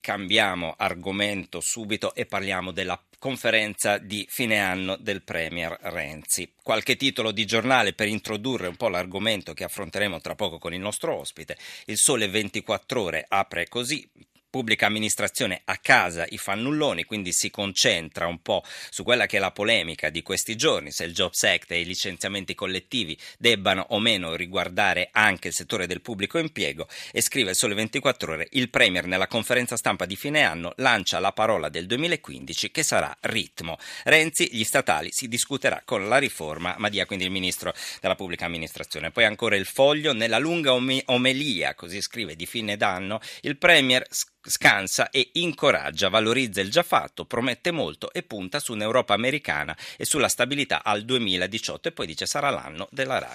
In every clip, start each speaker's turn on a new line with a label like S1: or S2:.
S1: Cambiamo argomento subito e parliamo della conferenza di fine anno del Premier Renzi. Qualche titolo di giornale per introdurre un po' l'argomento che affronteremo tra poco con il nostro ospite. Il Sole 24 Ore apre così. Pubblica amministrazione a casa i fannulloni, quindi si concentra un po' su quella che è la polemica di questi giorni, se il Jobs Act e i licenziamenti collettivi debbano o meno riguardare anche il settore del pubblico impiego, e scrive il Sole 24 Ore: il Premier nella conferenza stampa di fine anno lancia la parola del 2015 che sarà ritmo. Renzi, gli statali, si discuterà con la riforma, Madia quindi il ministro della pubblica amministrazione. Poi ancora il Foglio, nella lunga omelia, così scrive, di fine d'anno, il Premier scansa e incoraggia, valorizza il già fatto, promette molto e punta su un'Europa americana e sulla stabilità al 2018 e poi dice sarà l'anno della RAI.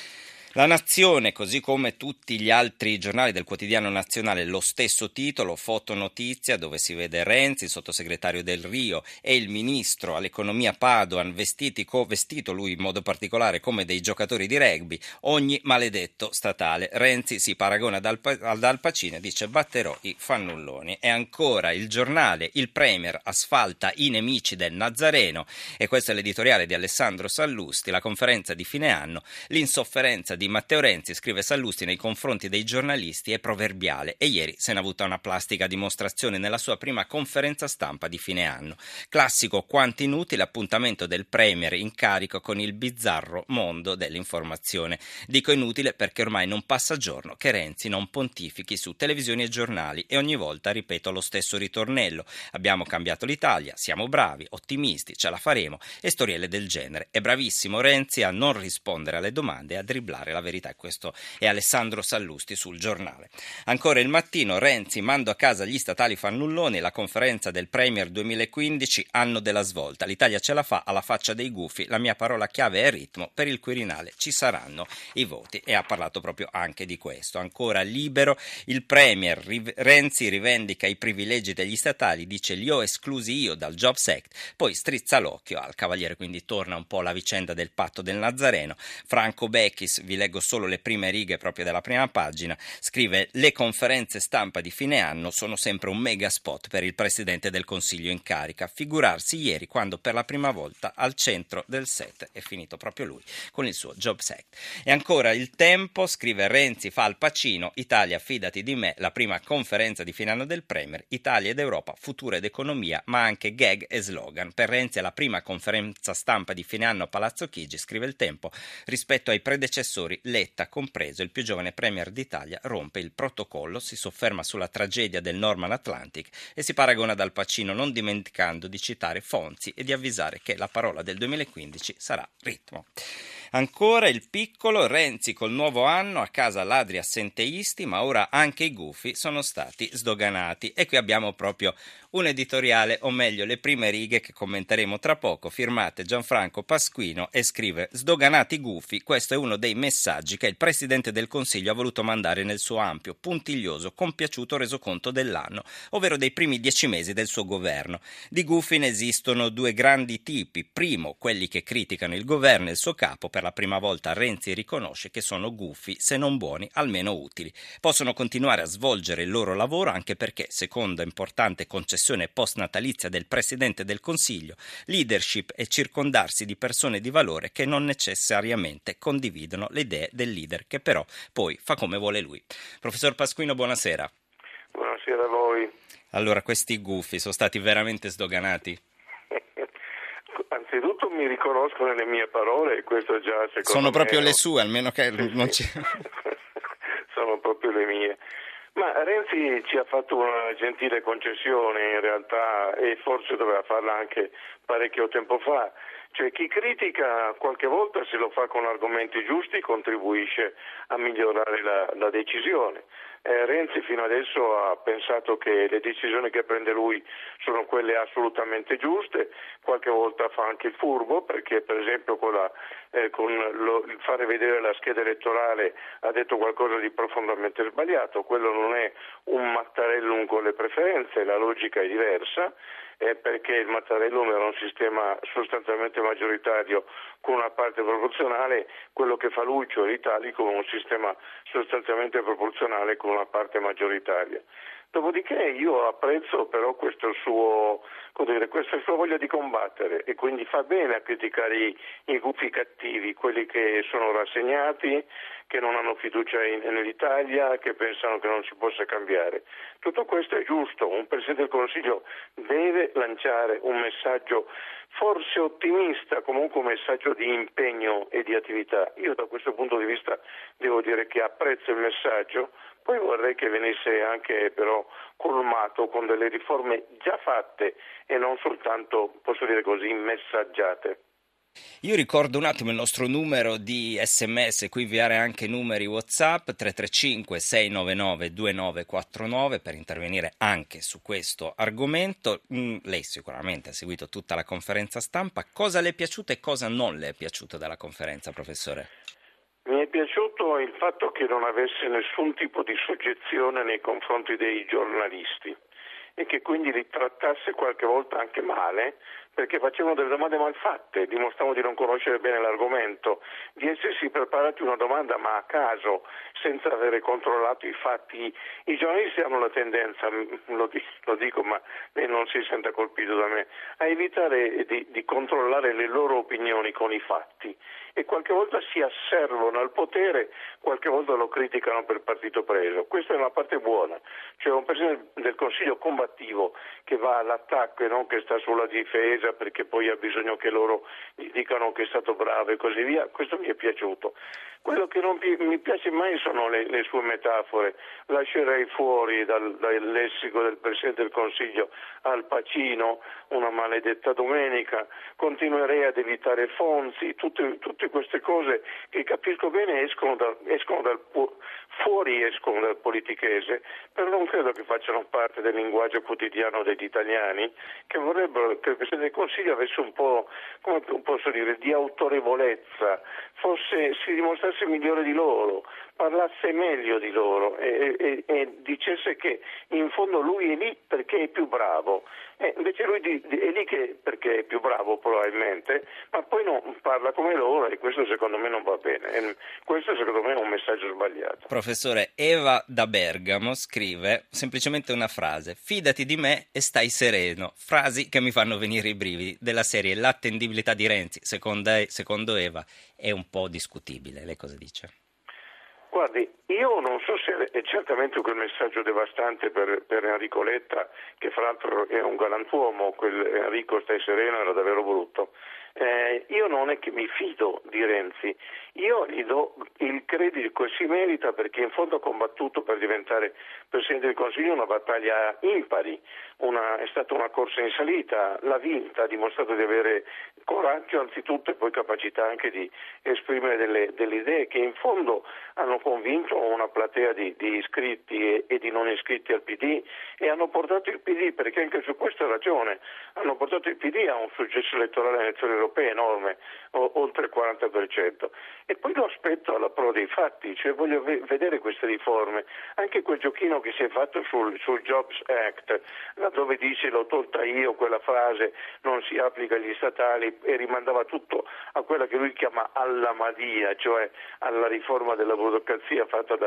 S1: La Nazione, così come tutti gli altri giornali del quotidiano nazionale, lo stesso titolo, fotonotizia, dove si vede Renzi, il sottosegretario Del Rio e il ministro all'economia Padoan vestito lui in modo particolare come dei giocatori di rugby, ogni maledetto statale. Renzi si paragona ad Al Pacino e dice batterò i fannulloni. E ancora il giornale, il Premier asfalta i nemici del Nazareno, e questo è l'editoriale di Alessandro Sallusti, la conferenza di fine anno, l'insofferenza di Matteo Renzi, scrive Sallusti, nei confronti dei giornalisti è proverbiale e ieri se n'è avuta una plastica dimostrazione nella sua prima conferenza stampa di fine anno. Classico quanto inutile appuntamento del Premier in carico con il bizzarro mondo dell'informazione. Dico inutile perché ormai non passa giorno che Renzi non pontifichi su televisioni e giornali e ogni volta ripeto lo stesso ritornello: abbiamo cambiato l'Italia, siamo bravi, ottimisti, ce la faremo e storielle del genere. È bravissimo Renzi a non rispondere alle domande e a dribblare la verità, e questo è Alessandro Sallusti sul Giornale. Ancora Il Mattino, Renzi, mando a casa gli statali fannulloni, la conferenza del Premier 2015, anno della svolta, l'Italia ce la fa, alla faccia dei gufi, la mia parola chiave è ritmo, per il Quirinale ci saranno i voti, e ha parlato proprio anche di questo. Ancora Libero, il Premier Renzi rivendica i privilegi degli statali, dice li ho esclusi io dal Jobs Act, poi strizza l'occhio al Cavaliere, quindi torna un po' la vicenda del patto del Nazareno. Franco Becchis, vi leggo solo le prime righe proprio della prima pagina, scrive: le conferenze stampa di fine anno sono sempre un mega spot per il Presidente del Consiglio in carica, figurarsi ieri quando per la prima volta al centro del set è finito proprio lui con il suo Jobs Act. E ancora Il Tempo, scrive: Renzi fa Al Pacino, Italia fidati di me, la prima conferenza di fine anno del Premier, Italia ed Europa, futuro ed economia, ma anche gag e slogan. Per Renzi è la prima conferenza stampa di fine anno a Palazzo Chigi, scrive Il Tempo, rispetto ai predecessori Letta compreso, il più giovane Premier d'Italia rompe il protocollo, si sofferma sulla tragedia del Norman Atlantic e si paragona ad Al Pacino, non dimenticando di citare Fonzi e di avvisare che la parola del 2015 sarà ritmo. Ancora Il Piccolo, Renzi col nuovo anno, a casa ladri assenteisti, ma ora anche i gufi sono stati sdoganati. E qui abbiamo proprio un editoriale, o meglio le prime righe che commenteremo tra poco, firmate Gianfranco Pasquino, e scrive: sdoganati gufi, questo è uno dei messaggi che il Presidente del Consiglio ha voluto mandare nel suo ampio, puntiglioso, compiaciuto resoconto dell'anno, ovvero dei primi 10 mesi del suo governo. Di gufi ne esistono due grandi tipi: primo, quelli che criticano il governo e il suo capo. Per la prima volta Renzi riconosce che sono gufi, se non buoni, almeno utili. Possono continuare a svolgere il loro lavoro anche perché, secondo importante concessione post-natalizia del Presidente del Consiglio, leadership è circondarsi di persone di valore che non necessariamente condividono le idee del leader, che però poi fa come vuole lui. Professor Pasquino, buonasera.
S2: Buonasera a voi.
S1: Allora, questi gufi sono stati veramente sdoganati?
S2: Anzitutto mi riconosco nelle mie parole e questo già secondo
S1: sono
S2: me...
S1: proprio le sue, almeno che
S2: sì,
S1: non
S2: sì.
S1: ci...
S2: Sono proprio le mie. Ma Renzi ci ha fatto una gentile concessione in realtà, e forse doveva farla anche parecchio tempo fa. Cioè chi critica qualche volta, se lo fa con argomenti giusti, contribuisce a migliorare la decisione. Renzi fino adesso ha pensato che le decisioni che prende lui sono quelle assolutamente giuste, qualche volta fa anche il furbo, perché per esempio il fare vedere la scheda elettorale ha detto qualcosa di profondamente sbagliato. Quello non è un Mattarellum con le preferenze, la logica è diversa, perché il Mattarellum era un sistema sostanzialmente maggioritario con una parte proporzionale, quello che fa Lucio e l'Italico è un sistema sostanzialmente proporzionale con una parte maggioritaria. Dopodiché io apprezzo però questa sua voglia di combattere, e quindi fa bene a criticare i gufi cattivi, quelli che sono rassegnati, che non hanno fiducia nell'Italia, che pensano che non si possa cambiare. Tutto questo è giusto. Un Presidente del Consiglio deve lanciare un messaggio forse ottimista, comunque un messaggio di impegno e di attività. Io da questo punto di vista devo dire che apprezzo il messaggio. Poi vorrei che venisse anche però colmato con delle riforme già fatte e non soltanto, posso dire così, messaggiate.
S1: Io ricordo un attimo il nostro numero di SMS, qui inviare anche numeri WhatsApp 335 699 2949 per intervenire anche su questo argomento. Lei sicuramente ha seguito tutta la conferenza stampa. Cosa le è piaciuto e cosa non le è piaciuto dalla conferenza, professore?
S2: Mi è piaciuto il fatto che non avesse nessun tipo di soggezione nei confronti dei giornalisti e che quindi li trattasse qualche volta anche male, perché facevano delle domande mal fatte, dimostravano di non conoscere bene l'argomento, di essersi preparati una domanda ma a caso, senza avere controllato i fatti. I giornalisti hanno la tendenza, lo dico ma lei non si senta colpito da me, a evitare di controllare le loro opinioni con i fatti, e qualche volta si asservono al potere, qualche volta lo criticano per partito preso. Questa è una parte buona, cioè un Presidente del Consiglio combattivo che va all'attacco e non che sta sulla difesa perché poi ha bisogno che loro gli dicano che è stato bravo e così via. Questo mi è piaciuto. Quello che non mi piace mai sono le sue metafore. Lascerei fuori dal lessico del Presidente del Consiglio Al Pacino, una maledetta domenica, continuerei ad evitare Fonzi, tutte queste cose che capisco bene escono dal politichese, però non credo che facciano parte del linguaggio quotidiano degli italiani, che vorrebbero che il Presidente del Consiglio avesse un po', come posso dire, di autorevolezza, si dimostrasse migliore di loro, parlasse meglio di loro e dicesse che in fondo lui è lì perché è più bravo. Invece lui è lì perché è più bravo probabilmente, ma poi non parla come loro, e questo secondo me non va bene. Questo secondo me è un messaggio sbagliato.
S1: Professore, Eva da Bergamo scrive semplicemente una frase: fidati di me e stai sereno. Frasi che mi fanno venire i brividi, della serie l'attendibilità di Renzi, secondo Eva, è un po' discutibile. Lei cosa dice?
S2: Guardi, io non so se è certamente quel messaggio devastante per Enrico Letta, che fra l'altro è un galantuomo, quel Enrico stai sereno era davvero brutto. Io non è che mi fido di Renzi, io gli do il credito che si merita, perché in fondo ha combattuto per diventare Presidente del Consiglio una battaglia impari, è stata una corsa in salita, l'ha vinta, ha dimostrato di avere coraggio anzitutto e poi capacità anche di esprimere delle idee che in fondo hanno convinto una platea di iscritti e di non iscritti al PD, e hanno portato il PD, perché anche su questa ragione, hanno portato il PD a un successo elettorale alle elezioni europee enorme, oltre il 40%. E poi lo aspetto alla prova dei fatti, cioè voglio vedere queste riforme, anche quel giochino che si è fatto sul Jobs Act, laddove dice l'ho tolta io quella frase, non si applica agli statali, e rimandava tutto a quella che lui chiama alla Madia, cioè alla riforma della burocrazia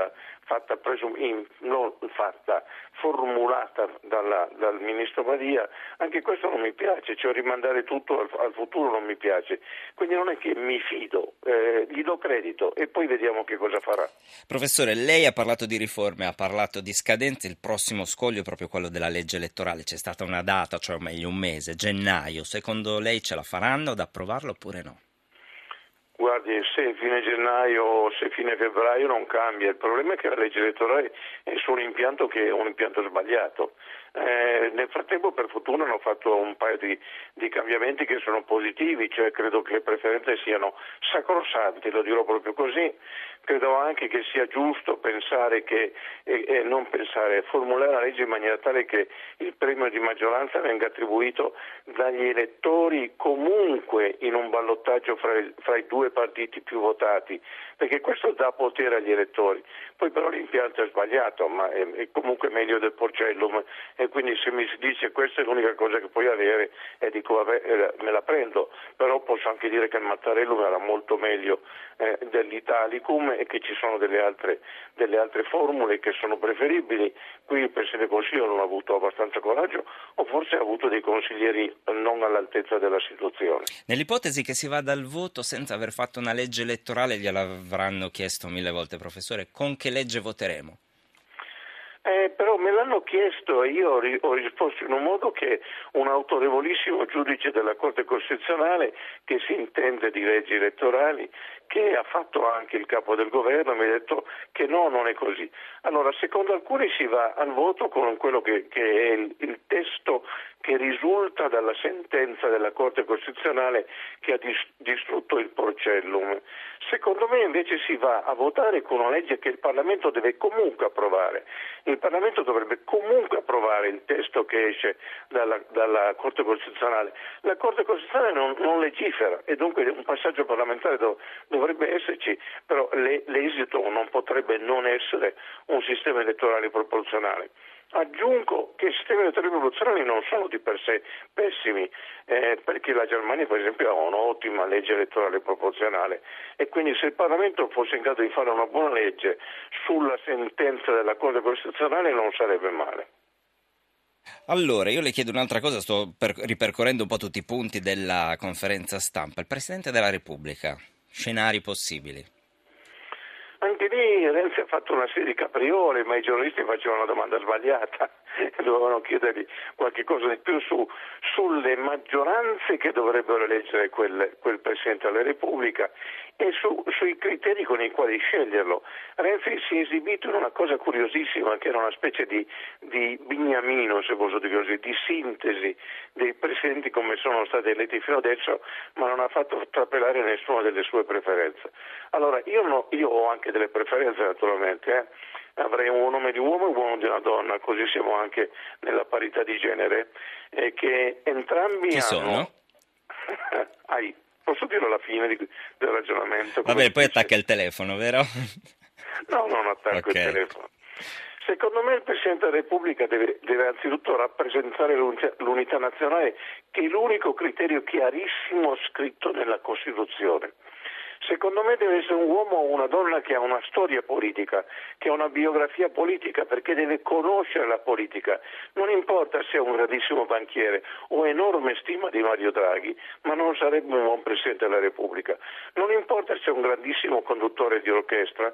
S2: formulata dal ministro Madia. Anche questo non mi piace, cioè rimandare tutto al futuro non mi piace, quindi non è che mi fido, gli do credito e poi vediamo che cosa farà.
S1: Professore, lei ha parlato di riforme, ha parlato di scadenze, il prossimo scoglio è proprio quello della legge elettorale, c'è stata una data, cioè meglio un mese, gennaio, secondo lei ce la faranno ad approvarlo oppure no?
S2: Guardi, se fine gennaio o se fine febbraio non cambia, il problema è che la legge elettorale è su un impianto che è un impianto sbagliato. Nel frattempo, per fortuna, hanno fatto un paio di cambiamenti che sono positivi, cioè credo che le preferenze siano sacrosanti, lo dirò proprio così. Credo anche che sia giusto pensare formulare la legge in maniera tale che il premio di maggioranza venga attribuito dagli elettori comunque in un ballottaggio fra i due partiti più votati, perché questo dà potere agli elettori. Poi però l'impianto è sbagliato, ma è comunque meglio del Porcellum, e quindi se mi si dice questa è l'unica cosa che puoi avere, e dico vabbè, me la prendo, però posso anche dire che il Mattarellum era molto meglio dell'Italicum, Costituzione e che ci sono delle altre formule che sono preferibili. Qui il Presidente del Consiglio non ha avuto abbastanza coraggio o forse ha avuto dei consiglieri non all'altezza della situazione.
S1: Nell'ipotesi che si vada al voto senza aver fatto una legge elettorale, gliel'avranno chiesto 1000 volte, professore, con che legge voteremo?
S2: Però me l'hanno chiesto e io ho risposto in un modo che un autorevolissimo giudice della Corte Costituzionale che si intende di leggi elettorali, che ha fatto anche il capo del governo, mi ha detto che no, non è così. Allora, secondo alcuni si va al voto con quello che è il testo che risulta dalla sentenza della Corte Costituzionale che ha distrutto il Porcellum. Secondo me invece si va a votare con una legge che il Parlamento deve comunque approvare. Il Parlamento dovrebbe comunque approvare il testo che esce dalla Corte Costituzionale. La Corte Costituzionale non legifera e dunque un passaggio parlamentare dovrebbe esserci, però l'esito non potrebbe non essere un sistema elettorale proporzionale. Aggiungo che i sistemi elettorali proporzionali non sono di per sé pessimi, perché la Germania per esempio ha un'ottima legge elettorale proporzionale e quindi se il Parlamento fosse in grado di fare una buona legge sulla sentenza della Corte Costituzionale non sarebbe male.
S1: Allora, io le chiedo un'altra cosa, sto ripercorrendo un po' tutti i punti della conferenza stampa. Il Presidente della Repubblica, scenari possibili.
S2: Anche lì Renzi ha fatto una serie di capriole, ma i giornalisti facevano una domanda sbagliata e dovevano chiedergli qualche cosa di più sulle maggioranze che dovrebbero eleggere quel Presidente della Repubblica e sui criteri con i quali sceglierlo. Renzi si è esibito in una cosa curiosissima che era una specie di bignamino, se posso dire così, di sintesi dei presidenti come sono stati eletti fino adesso, ma non ha fatto trapelare nessuna delle sue preferenze. Allora, io ho anche delle preferenze naturalmente, avrei un nome di uomo e un uomo di una donna, così siamo anche nella parità di genere, che entrambi
S1: Chi
S2: hanno...
S1: sono?
S2: Posso dire alla fine del ragionamento?
S1: Vabbè, poi attacca il telefono, vero?
S2: No, non attacco il telefono. Secondo me il Presidente della Repubblica deve anzitutto rappresentare l'unità nazionale, che è l'unico criterio chiarissimo scritto nella Costituzione. Secondo me deve essere un uomo o una donna che ha una storia politica, che ha una biografia politica, perché deve conoscere la politica. Non importa se è un grandissimo banchiere o enorme stima di Mario Draghi, ma non sarebbe un buon Presidente della Repubblica. Non importa se è un grandissimo conduttore di orchestra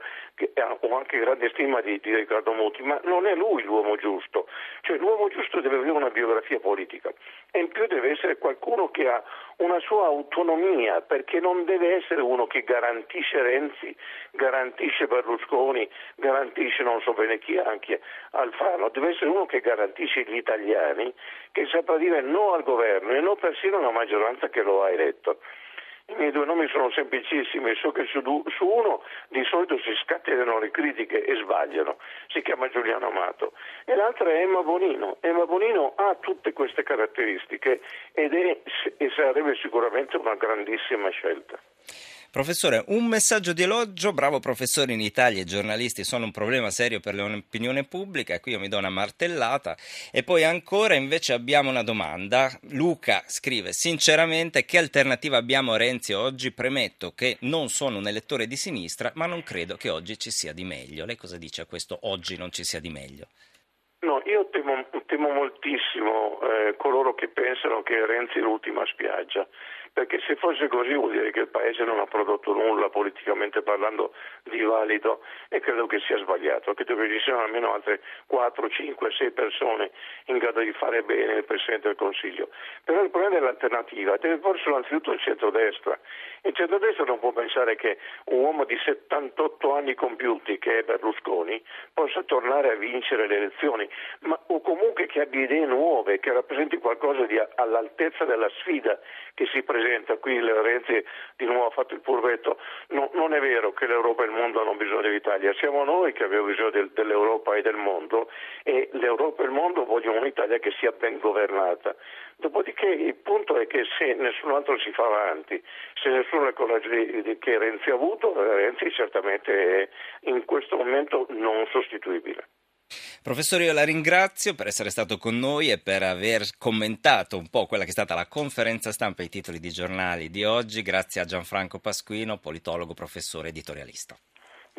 S2: o anche grande stima di Riccardo Muti, ma non è lui l'uomo giusto. Cioè l'uomo giusto deve avere una biografia politica e in più deve essere qualcuno che ha una sua autonomia, perché non deve essere uno che garantisce Renzi, garantisce Berlusconi, garantisce non so bene chi anche Alfano, deve essere uno che garantisce gli italiani, che saprà dire no al governo e no persino alla maggioranza che lo ha eletto. I miei due nomi sono semplicissimi, so che su uno di solito si scatenano le critiche e sbagliano, si chiama Giuliano Amato, e l'altra è Emma Bonino. Emma Bonino ha tutte queste caratteristiche e sarebbe sicuramente una grandissima scelta.
S1: Professore, un messaggio di elogio: bravo professore, in Italia i giornalisti sono un problema serio per l'opinione pubblica, e qui io mi do una martellata. E poi ancora invece abbiamo una domanda. Luca scrive: sinceramente, che alternativa abbiamo a Renzi oggi? Premetto che non sono un elettore di sinistra, ma non credo che oggi ci sia di meglio. Lei cosa dice a questo oggi non ci sia di meglio?
S2: No, io temo moltissimo coloro che pensano che Renzi è l'ultima spiaggia, perché se fosse così vuol dire che il Paese non ha prodotto nulla politicamente parlando di valido, e credo che sia sbagliato. Credo che ci siano almeno altre 4, 5, 6 persone in grado di fare bene il Presidente del Consiglio. Però il problema dell'alternativa deve porselo anzitutto il centrodestra. Il centrodestra non può pensare che un uomo di 78 anni compiuti, che è Berlusconi, possa tornare a vincere le elezioni, o comunque che abbia idee nuove, che rappresenti qualcosa all'altezza della sfida che si presenta. Qui Renzi di nuovo ha fatto il furvetto. No, non è vero che l'Europa e il mondo hanno bisogno dell'Italia, siamo noi che abbiamo bisogno dell'Europa e del mondo, e l'Europa e il mondo vogliono un'Italia che sia ben governata. Dopodiché il punto è che se nessun altro si fa avanti, se nessuno ha il coraggio che Renzi ha avuto, Renzi certamente è in questo momento non sostituibile.
S1: Professore, io la ringrazio per essere stato con noi e per aver commentato un po' quella che è stata la conferenza stampa e i titoli di giornali di oggi. Grazie a Gianfranco Pasquino, politologo, professore editorialista.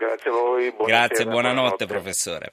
S2: Grazie a voi.
S1: Grazie, buonanotte professore.